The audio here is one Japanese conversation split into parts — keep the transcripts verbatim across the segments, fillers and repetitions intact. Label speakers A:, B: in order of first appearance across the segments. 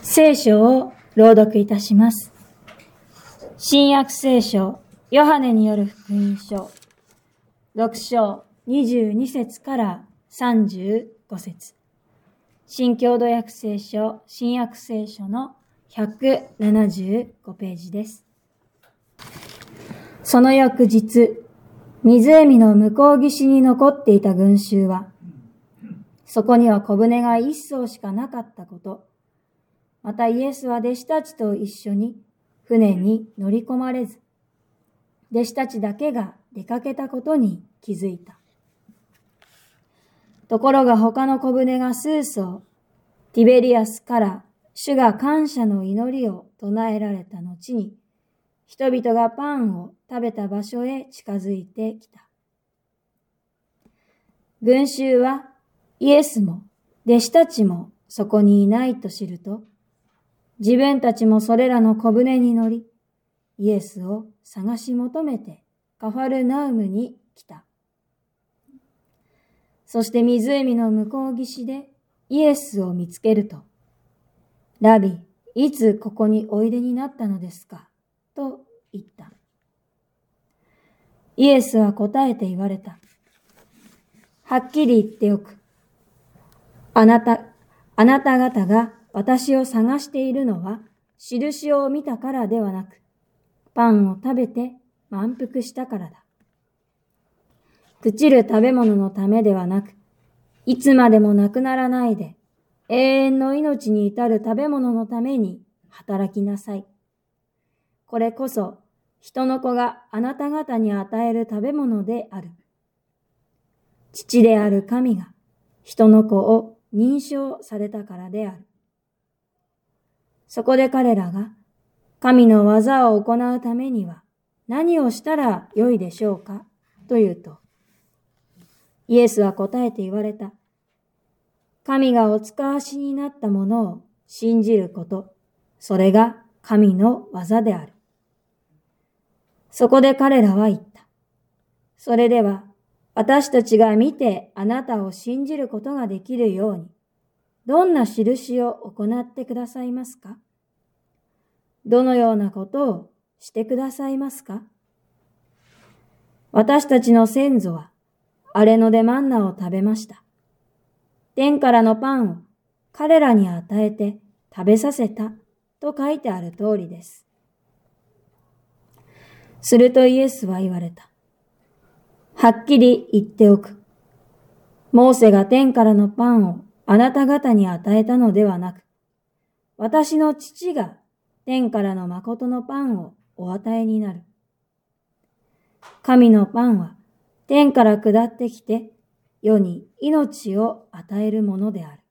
A: 聖書を朗読いたします。新約聖書、ヨハネによる福音書、ろく章にじゅうに節からさんじゅうご節。新共同訳聖書、新約聖書のひゃくななじゅうごページです。その翌日、湖の向こう岸に残っていた群衆は、そこには小舟が一艘しかなかったこと、またイエスは弟子たちと一緒に船に乗り込まれず、弟子たちだけが出かけたことに気づいた。ところが他の小舟が数艘、ティベリアスから主が感謝の祈りを唱えられた後に、人々がパンを食べた場所へ近づいてきた。群衆はイエスも弟子たちもそこにいないと知ると、自分たちもそれらの小舟に乗り、イエスを探し求めてカファルナウムに来た。そして湖の向こう岸でイエスを見つけると、ラビ、いつここにおいでになったのですかと言った。イエスは答えて言われた。はっきり言っておく。あなた、あなた方が私を探しているのは、印を見たからではなく、パンを食べて満腹したからだ。朽ちる食べ物のためではなく、いつまでもなくならないで、永遠の命に至る食べ物のために働きなさい。これこそ、人の子があなた方に与える食べ物である。父である神が人の子を認証されたからである。そこで彼らが神の技を行うためには何をしたらよいでしょうかと言うと、イエスは答えて言われた。神がお使わしになったものを信じること、それが神の技である。そこで彼らは言った。それでは私たちが見てあなたを信じることができるように、どんな印を行ってくださいますか？どのようなことをしてくださいますか？私たちの先祖は荒れ野でマンナを食べました。天からのパンを彼らに与えて食べさせたと書いてある通りです。するとイエスは言われた。はっきり言っておく。モーセが天からのパンをあなた方に与えたのではなく、私の父が天からの誠のパンをお与えになる。神のパンは天から下ってきて、世に命を与えるものである。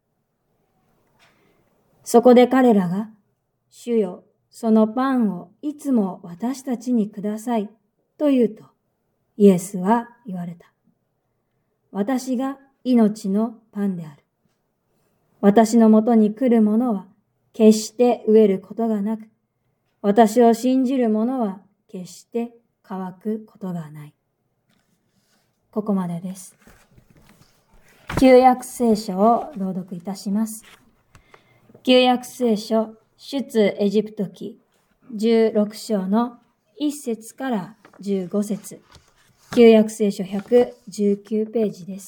A: そこで彼らが、主よ、そのパンをいつも私たちにください、と言うと、イエスは言われた。私が命のパンである。私のもとに来る者は決して飢えることがなく、私を信じる者は決して乾くことがない。ここまでです。旧約聖書を朗読いたします。旧約聖書出エジプト記じゅうろく章のいち節からじゅうご節。旧約聖書ひゃくじゅうきゅうページです。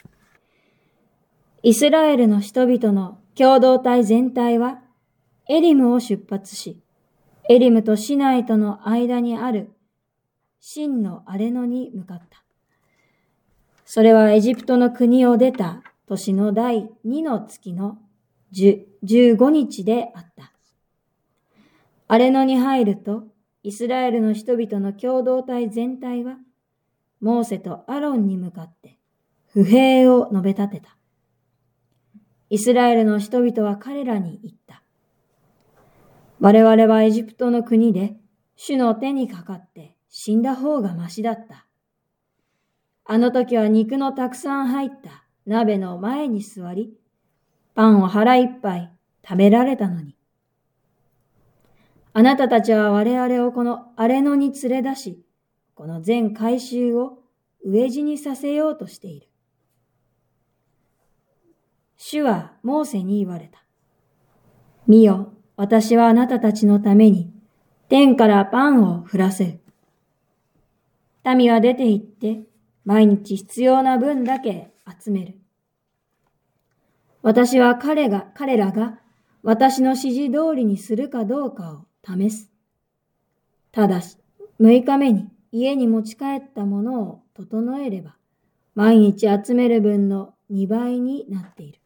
A: イスラエルの人々の共同体全体はエリムを出発し、エリムとシナイとの間にある真の荒れ野に向かった。それはエジプトの国を出た年の第二の月のじゅうごにちであった。荒れ野に入ると、イスラエルの人々の共同体全体は、モーセとアロンに向かって不平を述べ立てた。イスラエルの人々は彼らに言った。我々はエジプトの国で主の手にかかって死んだ方がましだった。あの時は肉のたくさん入った鍋の前に座り、パンを腹いっぱい食べられたのに。あなたたちは我々をこの荒れ野に連れ出し、この全改宗を飢え死にさせようとしている。主はモーセに言われた。 見よ、私はあなたたちのために天からパンを降らせる。民は出て行って毎日必要な分だけ集める。私は彼が、彼らが私の指示通りにするかどうかを試す。ただし、六日目に家に持ち帰ったものを整えれば、毎日集める分の二倍になっている。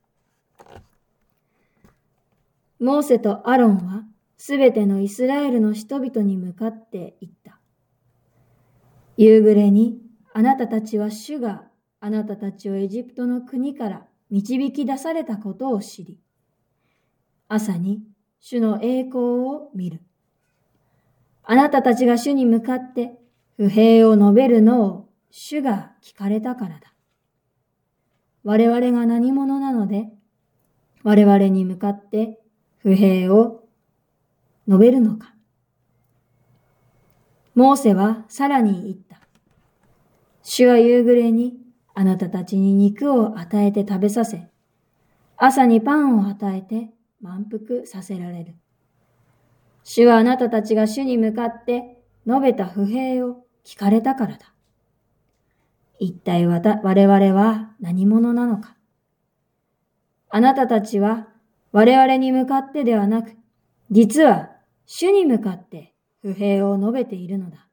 A: モーセとアロンはすべてのイスラエルの人々に向かって言った。夕暮れにあなたたちは主があなたたちをエジプトの国から導き出されたことを知り、朝に主の栄光を見る。あなたたちが主に向かって不平を述べるのを主が聞かれたからだ。我々が何者なので、我々に向かって不平を述べるのか。モーセはさらに言った。主は夕暮れにあなたたちに肉を与えて食べさせ、朝にパンを与えて満腹させられる。主はあなたたちが主に向かって述べた不平を聞かれたからだ。一体我々は何者なのか。あなたたちは我々に向かってではなく、実は主に向かって不平を述べているのだ。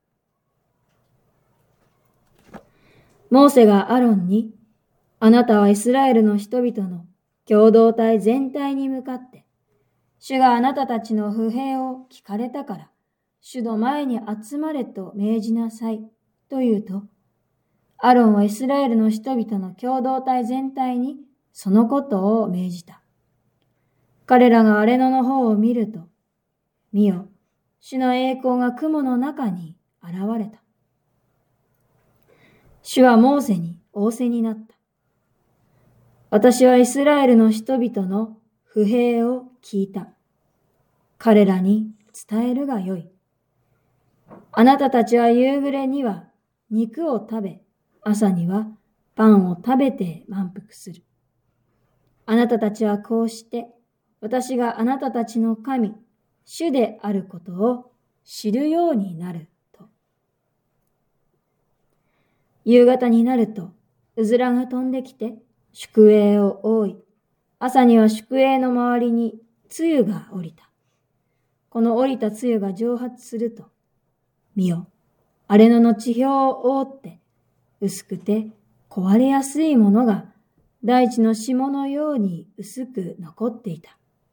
A: モーセがアロンに、あなたはイスラエルの人々の共同体全体に向かって、主があなたたちの不平を聞かれたから、主の前に集まれと命じなさい、と言うと、アロンはイスラエルの人々の共同体全体にそのことを命じた。彼らが荒れ野の方を見ると、見よ、主の栄光が雲の中に現れた。主はモーセに仰せになった。私はイスラエルの人々の不平を聞いた。彼らに伝えるがよい。あなたたちは夕暮れには肉を食べ、朝にはパンを食べて満腹する。あなたたちはこうして、私があなたたちの神、主であることを知るようになると。夕方になると、うずらが飛んできて、宿営を覆い、朝には宿営の周りに露が降りた。この降りた露が蒸発すると、見よ、荒れ野の地表を覆って、薄くて壊れやすいものが大地の霜のように薄く残っていた。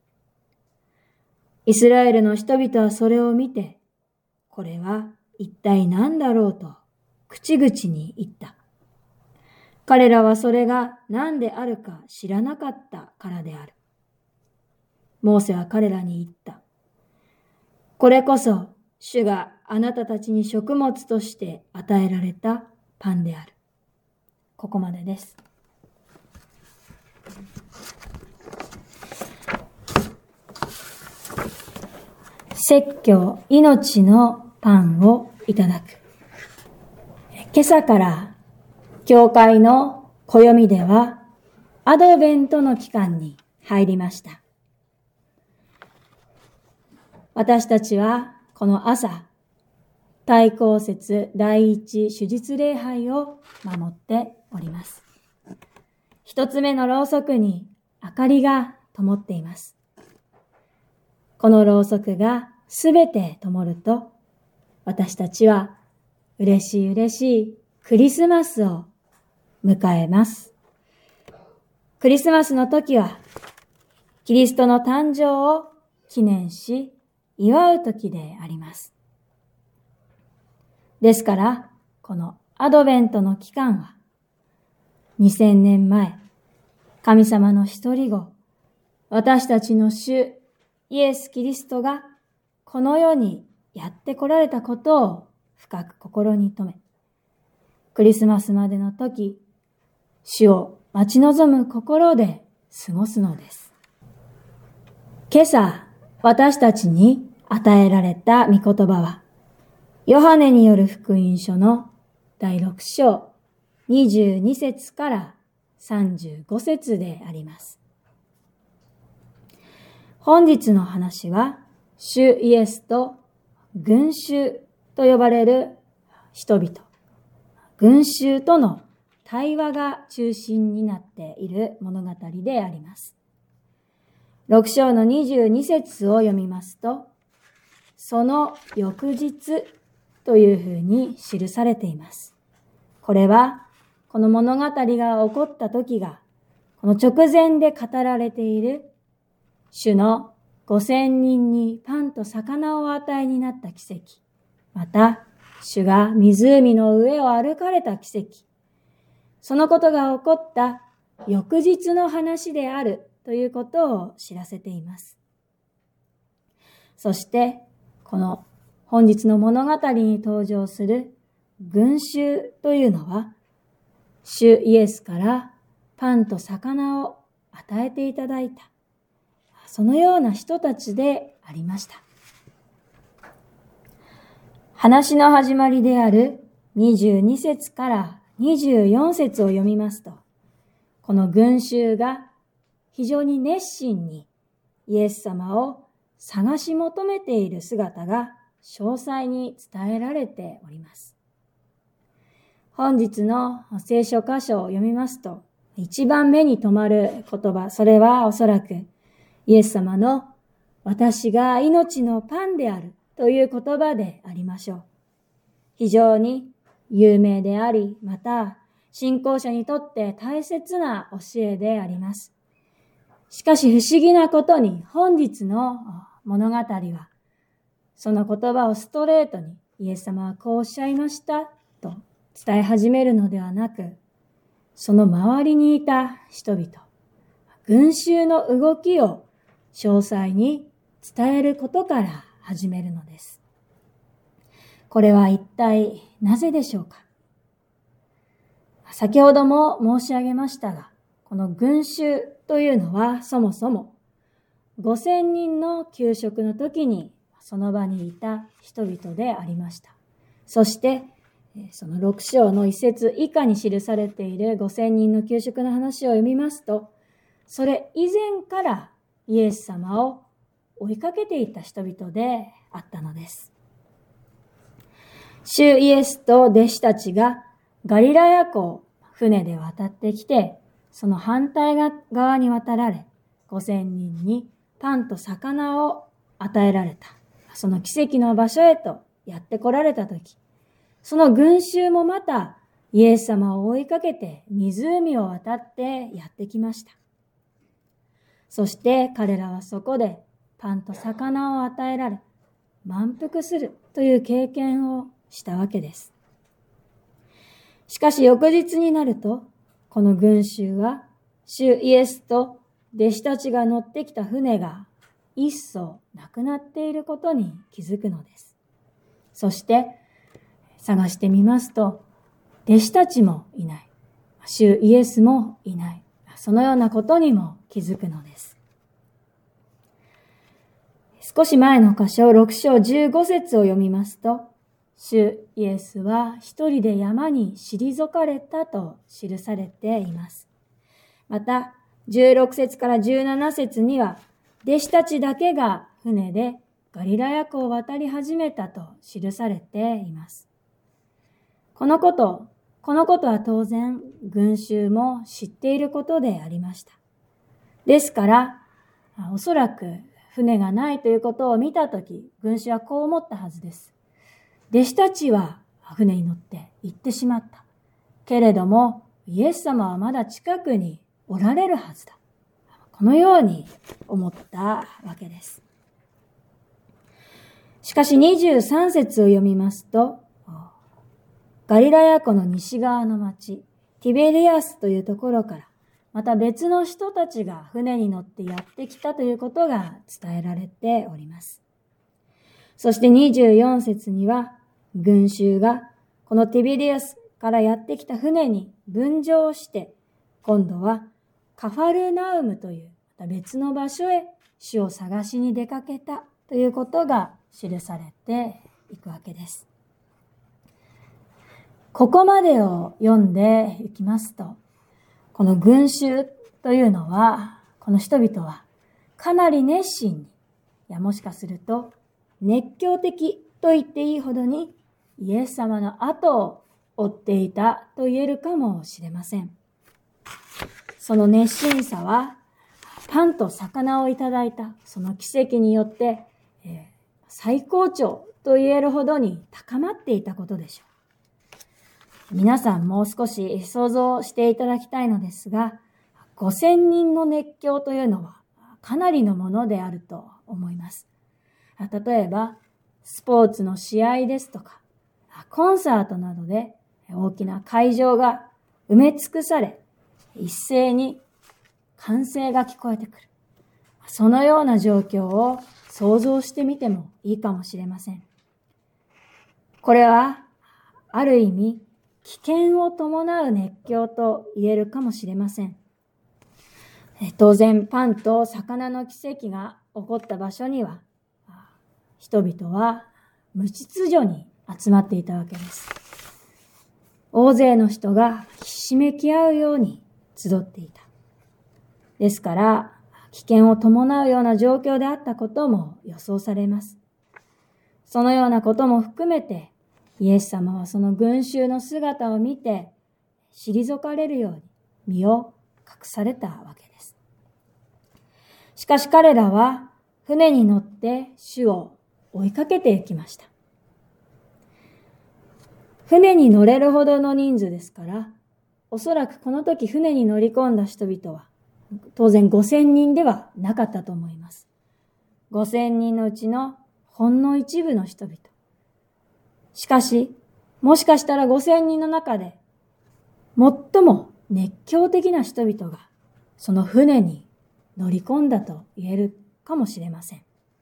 A: イスラエルの人々はそれを見て、これは一体何だろうと口々に言った。彼らはそれが何であるか知らなかったからである。モーセは彼らに言った。これこそ主があなたたちに食物として与えられたパンである。ここまでです。説教、命のパンをいただく。今朝から教会の暦ではアドベントの期間に入りました。私たちはこの朝、大公節第一手術礼拝を守っております。一つ目のろうそくに明かりが灯っています。このろうそくがすべて灯ると、私たちは嬉しい嬉しいクリスマスを迎えます。クリスマスの時は、キリストの誕生を記念し、祝う時であります。ですから、このアドベントの期間は、にせんねんまえ、神様の一人子、私たちの主、イエス・キリストがこの世にやって来られたことを深く心に留め、クリスマスまでの時、主を待ち望む心で過ごすのです。今朝、私たちに与えられた御言葉は、ヨハネによる福音書のだいろく章にじゅうに節からさんじゅうご節であります。 本日の話は、主イエスと群衆と呼ばれる人々、群衆との対話が中心になっている物語であります。六章のにじゅうに節を読みますと、その翌日というふうに記されています。これは、この物語が起こった時が、この直前で語られている、主の五千人にパンと魚をお与えになった奇跡、また、主が湖の上を歩かれた奇跡、そのことが起こった翌日の話であるということを知らせています。そして、この本日の物語に登場する群衆というのは、主イエスからパンと魚を与えていただいた、そのような人たちでありました。話の始まりであるにじゅうに節からにじゅうよん節を読みますと、この群衆が非常に熱心にイエス様を探し求めている姿が詳細に伝えられております。本日の聖書箇所を読みますと、一番目に留まる言葉、それはおそらくイエス様の私が命のパンであるという言葉でありましょう。非常に有名であり、また信仰者にとって大切な教えであります。しかし不思議なことに本日の物語は、その言葉をストレートにイエス様はこうおっしゃいましたと伝え始めるのではなく、その周りにいた人々、群衆の動きを詳細に伝えることから始めるのです。これは一体なぜでしょうか。先ほども申し上げましたが、この群衆というのはそもそもごせんにんの給食の時にその場にいた人々でありました。そしてそのろく章の一節以下に記されているごせんにんの給食の話を読みますと、それ以前からイエス様を追いかけていた人々であったのです。主イエスと弟子たちがガリラヤ湖を船で渡ってきて、その反対側に渡られ、ごせんにんにパンと魚を与えられた。その奇跡の場所へとやって来られたとき、その群衆もまたイエス様を追いかけて湖を渡ってやってきました。そして彼らはそこでパンと魚を与えられ、満腹するという経験をしたわけです。しかし翌日になると、この群衆は主イエスと弟子たちが乗ってきた船が一層なくなっていることに気づくのです。そして探してみますと、弟子たちもいない。主イエスもいない。そのようなことにも気づくのです。少し前の箇所、ろく章じゅうご節を読みますと、主イエスは一人で山に退かれたと記されています。また、じゅうろく節からじゅうなな節には、弟子たちだけが船でガリラヤ湖を渡り始めたと記されています。このこと、このことは当然、群衆も知っていることでありました。ですから、おそらく船がないということを見たとき、群衆はこう思ったはずです。弟子たちは船に乗って行ってしまった。けれども、イエス様はまだ近くにおられるはずだ。このように思ったわけです。しかしにじゅうさん節を読みますと、ガリラヤ湖の西側の町、ティベリアスというところから、また別の人たちが船に乗ってやってきたということが伝えられております。そしてにじゅうよん節には、群衆がこのティベリアスからやってきた船に分乗して、今度はカファルナウムというまた別の場所へ主を探しに出かけたということが記されていくわけです。ここまでを読んでいきますと、この群衆というのは、この人々はかなり熱心に、いやもしかすると熱狂的と言っていいほどにイエス様の後を追っていたと言えるかもしれません。その熱心さはパンと魚をいただいたその奇跡によって、えー、最高潮と言えるほどに高まっていたことでしょう。皆さんもう少し想像していただきたいのですが、ごせんにんの熱狂というのはかなりのものであると思います。例えば、スポーツの試合ですとか、コンサートなどで大きな会場が埋め尽くされ、一斉に歓声が聞こえてくる。そのような状況を想像してみてもいいかもしれません。これは、ある意味、危険を伴う熱狂と言えるかもしれません。当然、パンと魚の奇跡が起こった場所には、人々は無秩序に集まっていたわけです。大勢の人がひしめき合うように集っていた。ですから、危険を伴うような状況であったことも予想されます。そのようなことも含めて、イエス様はその群衆の姿を見て、退かれるように身を隠されたわけです。しかし彼らは船に乗って主を追いかけていきました。船に乗れるほどの人数ですから、おそらくこの時船に乗り込んだ人々は、当然ごせんにんではなかったと思います。ごせんにんのうちのほんの一部の人々。しかし、もしかしたらごせんにんの中で、最も熱狂的な人々が、その船に乗り込んだと言えるかもしれません。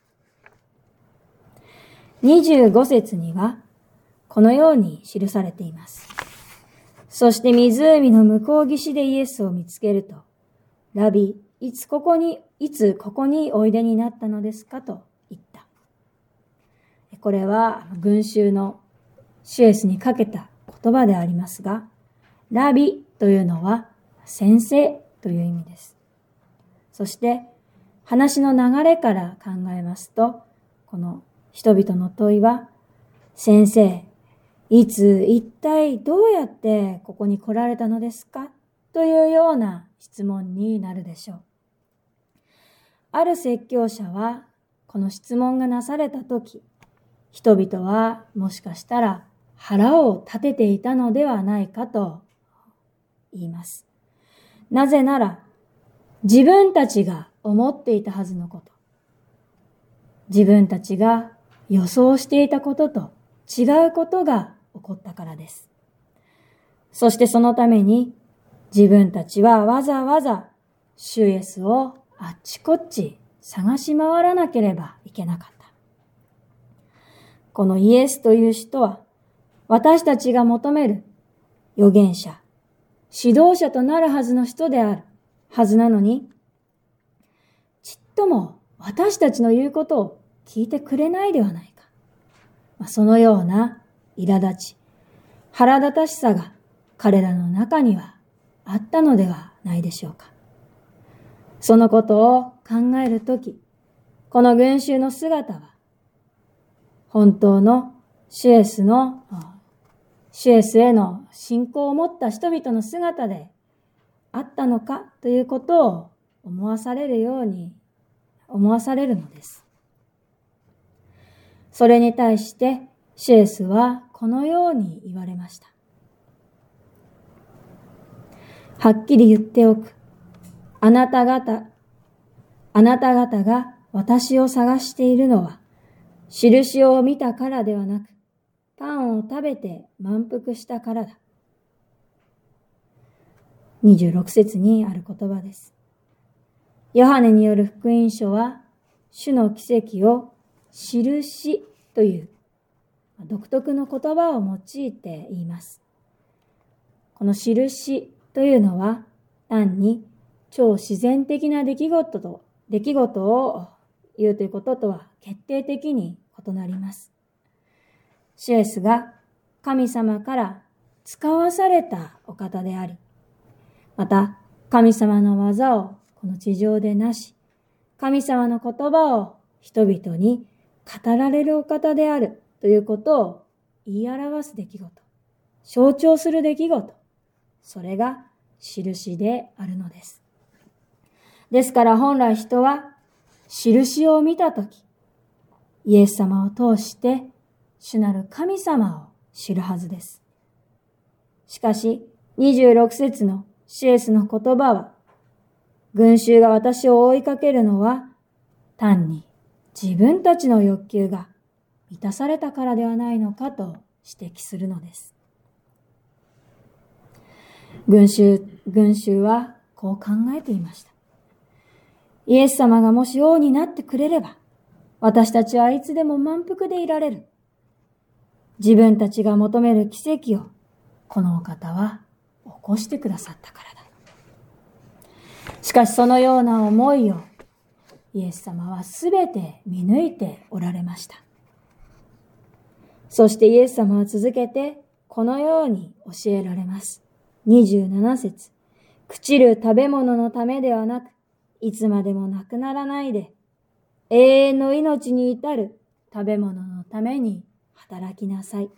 A: にじゅうご節には、このように記されています。そして湖の向こう岸でイエスを見つけると、ラビ、いつここに、いつここにおいでになったのですかと言った。これは群衆の主イエスにかけた言葉でありますが、ラビというのは先生という意味です。そして話の流れから考えますと、この人々の問いは、先生、いつ一体どうやってここに来られたのですかというような質問になるでしょう。ある説教者はこの質問がなされたとき、人々はもしかしたら腹を立てていたのではないかと言います。なぜなら自分たちが思っていたはずのこと、自分たちが予想していたことと違うことが起こったからです。そしてそのために自分たちはわざわざ主イエスをあっちこっち探し回らなければいけなかった。このイエスという人は私たちが求める預言者、指導者となるはずの人であるはずなのに、ちっとも私たちの言うことを聞いてくれないではないか。そのような苛立ち、腹立たしさが彼らの中にはあったのではないでしょうか。そのことを考えるとき、この群衆の姿は、本当の主イエスの、主イエスへの信仰を持った人々の姿であったのかということを思わされるように、思わされるのです。それに対して、主イエスはこのように言われました。はっきり言っておく。あなた方、あなた方が私を探しているのは、印を見たからではなく、パンを食べて満腹したからだ。にじゅうろく節にある言葉です。ヨハネによる福音書は、主の奇跡を印という独特の言葉を用いて言います。この印というのは単に超自然的な出来事と出来事を言うということとは決定的に異なります。主イエスが神様から使わされたお方であり、また神様の技をこの地上でなし、 神様の言葉を人々に語られるお方であるということを言い表す出来事、象徴する出来事、それが印であるのです。ですから本来人は印を見たとき、イエス様を通して主なる神様を知るはずです。しかしにじゅうろく節のシエスの言葉は、群衆が私を追いかけるのは単に自分たちの欲求が満たされたからではないのかと指摘するのです。群衆、群衆はこう考えていました。イエス様がもし王になってくれれば、私たちはいつでも満腹でいられる。自分たちが求める奇跡をこのお方は起こしてくださったからだ。しかしそのような思いをイエス様はすべて見抜いておられました。そしてイエス様は続けてこのように教えられます。にじゅうなな節。朽ちる食べ物のためではなく、いつまでもなくならないで、永遠の命に至る食べ物のために働きなさい。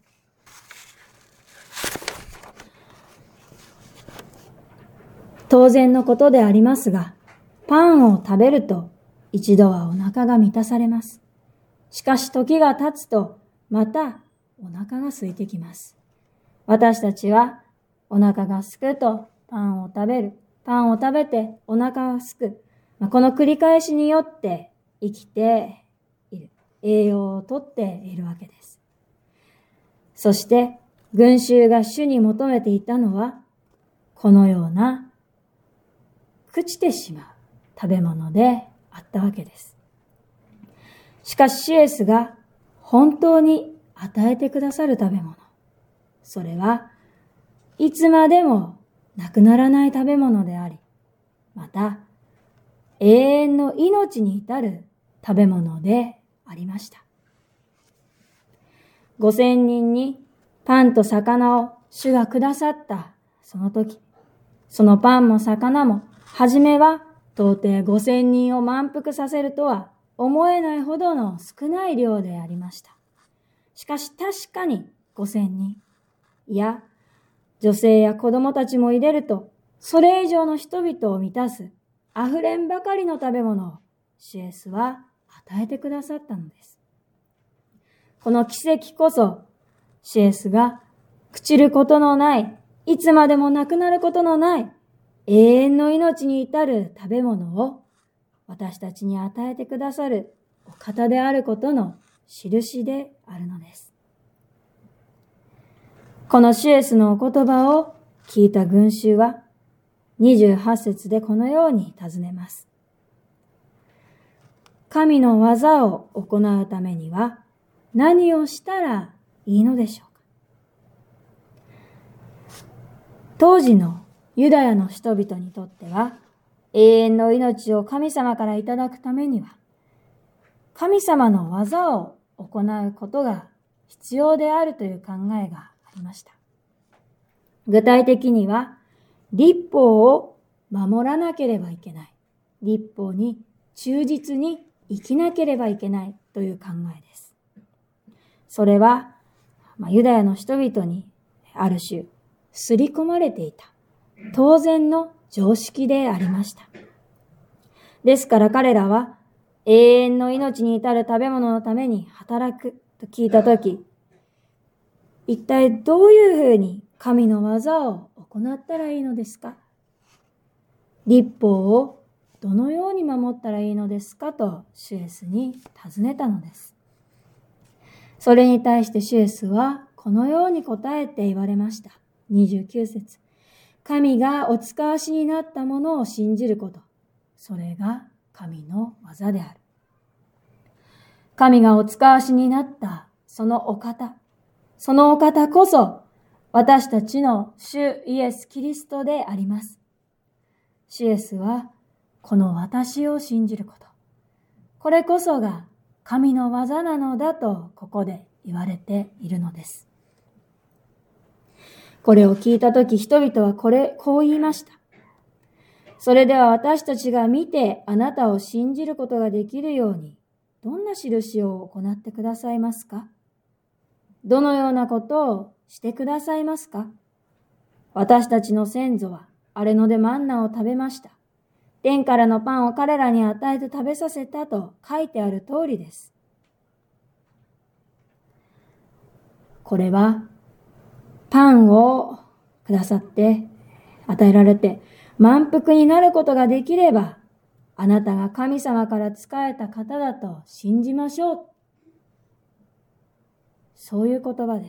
A: 当然のことでありますが、パンを食べると一度はお腹が満たされます。しかし時が経つとまたお腹が空いてきます。私たちはお腹が空くとパンを食べる。パンを食べてお腹が空く。この繰り返しによって生きている。栄養をとっているわけです。そして群衆が主に求めていたのは、このような朽ちてしまう食べ物であったわけです。しかしシエスが本当に与えてくださる食べ物、それはいつまでもなくならない食べ物であり、また永遠の命に至る食べ物でありました。五千人にパンと魚を主がくださったその時、そのパンも魚もはじめは到底五千人を満腹させるとは思えないほどの少ない量でありました。しかし確かに五千人、いや女性や子供たちも入れるとそれ以上の人々を満たす溢れんばかりの食べ物をシエスは与えてくださったのです。この奇跡こそシエスが朽ちることのない、いつまでもなくなることのない永遠の命に至る食べ物を私たちに与えてくださるお方であることの印であるのです。このシエスのお言葉を聞いた群衆はにじゅうはち節でこのように尋ねます。神の技を行うためには何をしたらいいのでしょうか。当時のユダヤの人々にとっては、永遠の命を神様からいただくためには、神様の技を行うことが必要であるという考えがありました。具体的には、律法を守らなければいけない。律法に忠実に生きなければいけないという考えです。それは、まあ、ユダヤの人々にある種、刷り込まれていた当然の常識でありました。ですから彼らは永遠の命に至る食べ物のために働くと聞いたとき、一体どういうふうに神の技を行ったらいいのですか？律法をどのように守ったらいいのですかとシエスに尋ねたのです。それに対してシエスはこのように答えて言われました。にじゅうきゅう節。神がお使わしになったものを信じること。それが神の技である。神がお使わしになったそのお方。そのお方こそ私たちの主イエス・キリストであります。シエスはこの私を信じること。これこそが神の技なのだとここで言われているのです。これを聞いたとき人々はこれ、こう言いました。 それでは私たちが見てあなたを信じることができるように、どんな印を行ってくださいますか？どのようなことをしてくださいますか？私たちの先祖は荒れ野でマンナを食べました。天からのパンを彼らに与えて食べさせたと書いてある通りです。これはパンをくださって与えられて満腹になることができれば、あなたが神様から仕えた方だと信じましょう。そういう言葉です。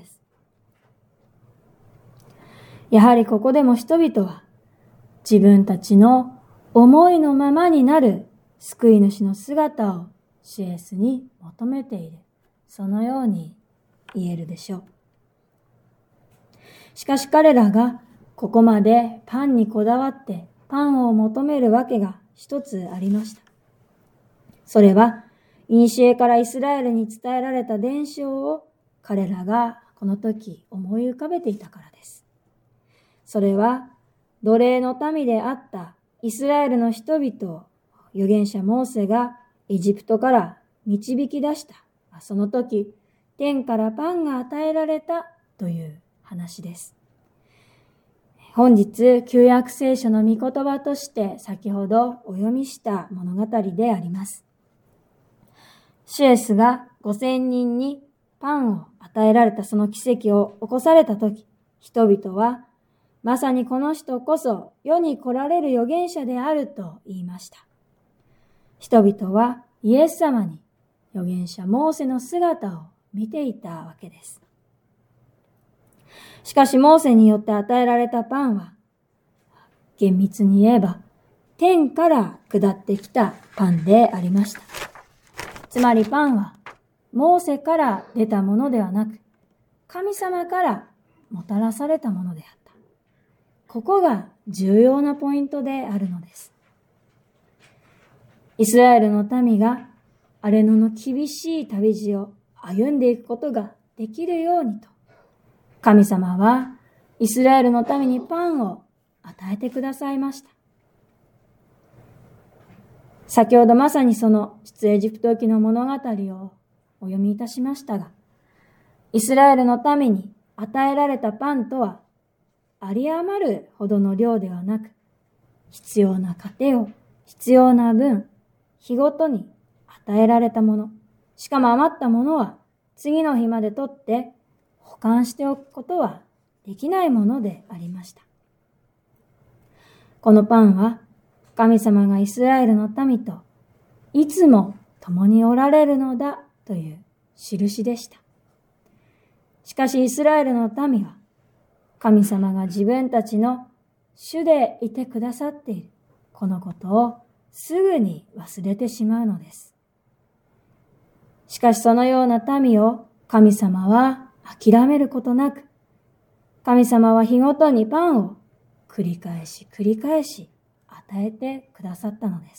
A: やはりここでも人々は自分たちの思いのままになる救い主の姿を主イエスに求めている。そのように言えるでしょう。しかし彼らがここまでパンにこだわってパンを求めるわけが一つありました。それは、古からイスラエルに伝えられた伝承を彼らがこの時思い浮かべていたからです。それは、奴隷の民であったイスラエルの人々を預言者モーセがエジプトから導き出した。その時、天からパンが与えられたという話です。本日、旧約聖書の御言葉として先ほどお読みした物語であります。主イエスがごせんにんにパンを与えられたその奇跡を起こされたとき、人々は、まさにこの人こそ世に来られる預言者であると言いました。人々はイエス様に預言者モーセの姿を見ていたわけです。しかしモーセによって与えられたパンは、厳密に言えば天から下ってきたパンでありました。つまりパンはモーセから出たものではなく、神様からもたらされたものであった。ここが重要なポイントであるのです。イスラエルの民が荒れ野の厳しい旅路を歩んでいくことができるようにと、神様はイスラエルの民にパンを与えてくださいました。先ほどまさにその出エジプト記の物語をお読みいたしましたが、イスラエルの民に与えられたパンとは、有り余るほどの量ではなく、必要な糧を必要な分、日ごとに与えられたもの、しかも余ったものは次の日まで取って保管しておくことはできないものでありました。このパンは神様がイスラエルの民といつも共におられるのだという印でした。しかしイスラエルの民は神様が自分たちの主でいてくださっているこのことをすぐに忘れてしまうのです。しかしそのような民を神様は諦めることなく、神様は日ごとにパンを繰り返し繰り返し与えてくださったのです。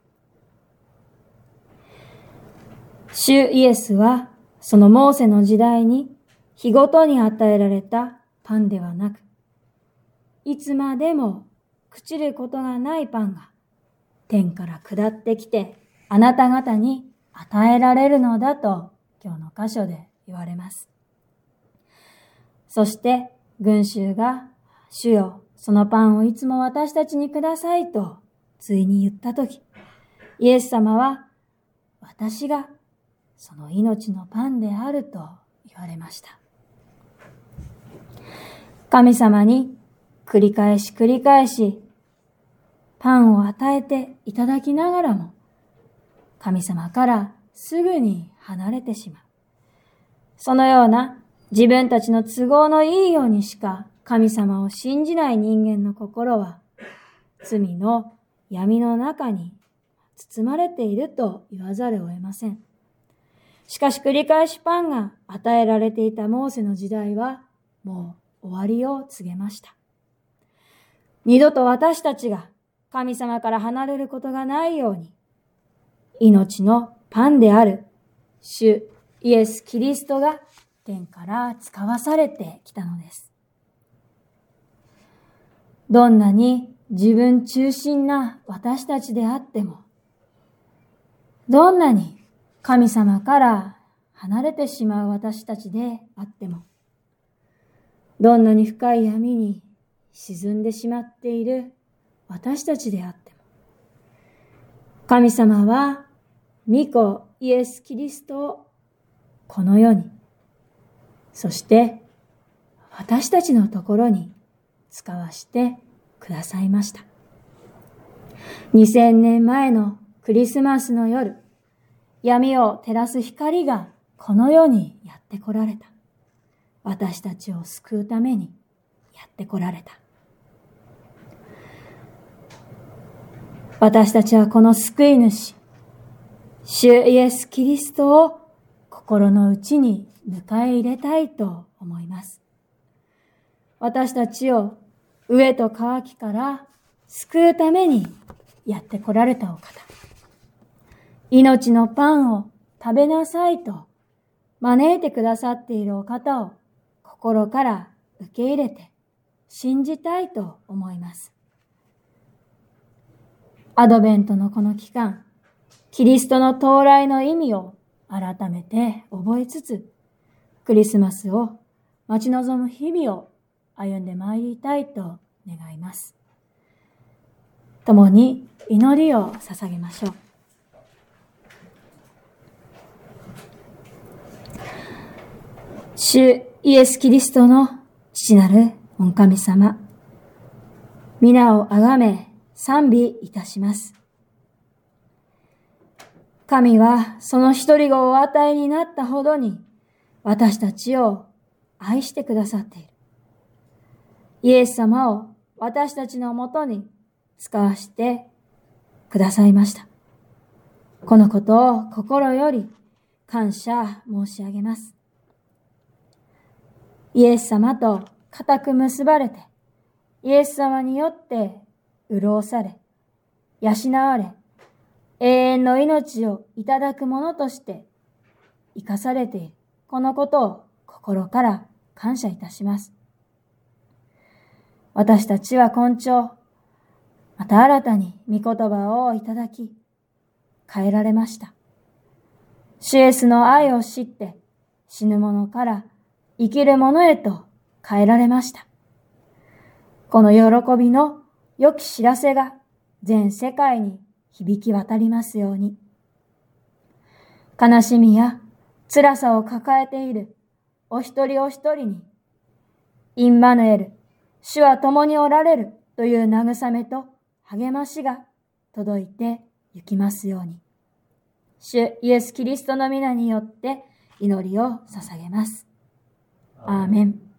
A: 主イエスはそのモーセの時代に日ごとに与えられたパンではなく、いつまでも朽ちることがないパンが天から下ってきてあなた方に与えられるのだと今日の箇所で言われます。そして群衆が主よ、そのパンをいつも私たちにくださいとついに言ったとき、イエス様は私がその命のパンであると言われました。神様に繰り返し繰り返しパンを与えていただきながらも、神様からすぐに離れてしまう。そのような自分たちの都合のいいようにしか神様を信じない人間の心は、罪の闇の中に包まれていると言わざるを得ません。しかし繰り返しパンが与えられていたモーセの時代はもう終わりを告げました。二度と私たちが神様から離れることがないように、命のパンである主イエス・キリストが天から使わされてきたのです。どんなに自分中心な私たちであっても、どんなに神様から離れてしまう私たちであっても、どんなに深い闇に沈んでしまっている私たちであっても、神様は御子イエス・キリストをこの世に、そして私たちのところに使わしてくださいました。にせんねんまえのクリスマスの夜、闇を照らす光がこの世にやって来られた。私たちを救うためにやって来られた。私たちはこの救い主、主イエス・キリストを心の内に迎え入れたいと思います。私たちを飢えと渇きから救うためにやって来られたお方。命のパンを食べなさいと招いてくださっているお方を心から受け入れて信じたいと思います。アドベントのこの期間、キリストの到来の意味を改めて覚えつつ、クリスマスを待ち望む日々を歩んでまいりたいと願います。共に祈りを捧げましょう。主イエス・キリストの父なる御神様、皆をあがめ賛美いたします。神はその一人子をお与えになったほどに私たちを愛してくださっている。イエス様を私たちのもとに使わしてくださいました。このことを心より感謝申し上げます。イエス様と固く結ばれて、イエス様によって潤され、養われ、永遠の命をいただくものとして生かされている。このことを心から感謝いたします。私たちは今朝、また新たに御言葉をいただき、変えられました。主イエスの愛を知って、死ぬ者から生きる者へと変えられました。この喜びの良き知らせが全世界に響き渡りますように。悲しみや辛さを抱えているお一人お一人に、インマヌエル、主は共におられるという慰めと励ましが届いて行きますように。主イエス・キリストの皆によって祈りを捧げます。アーメン。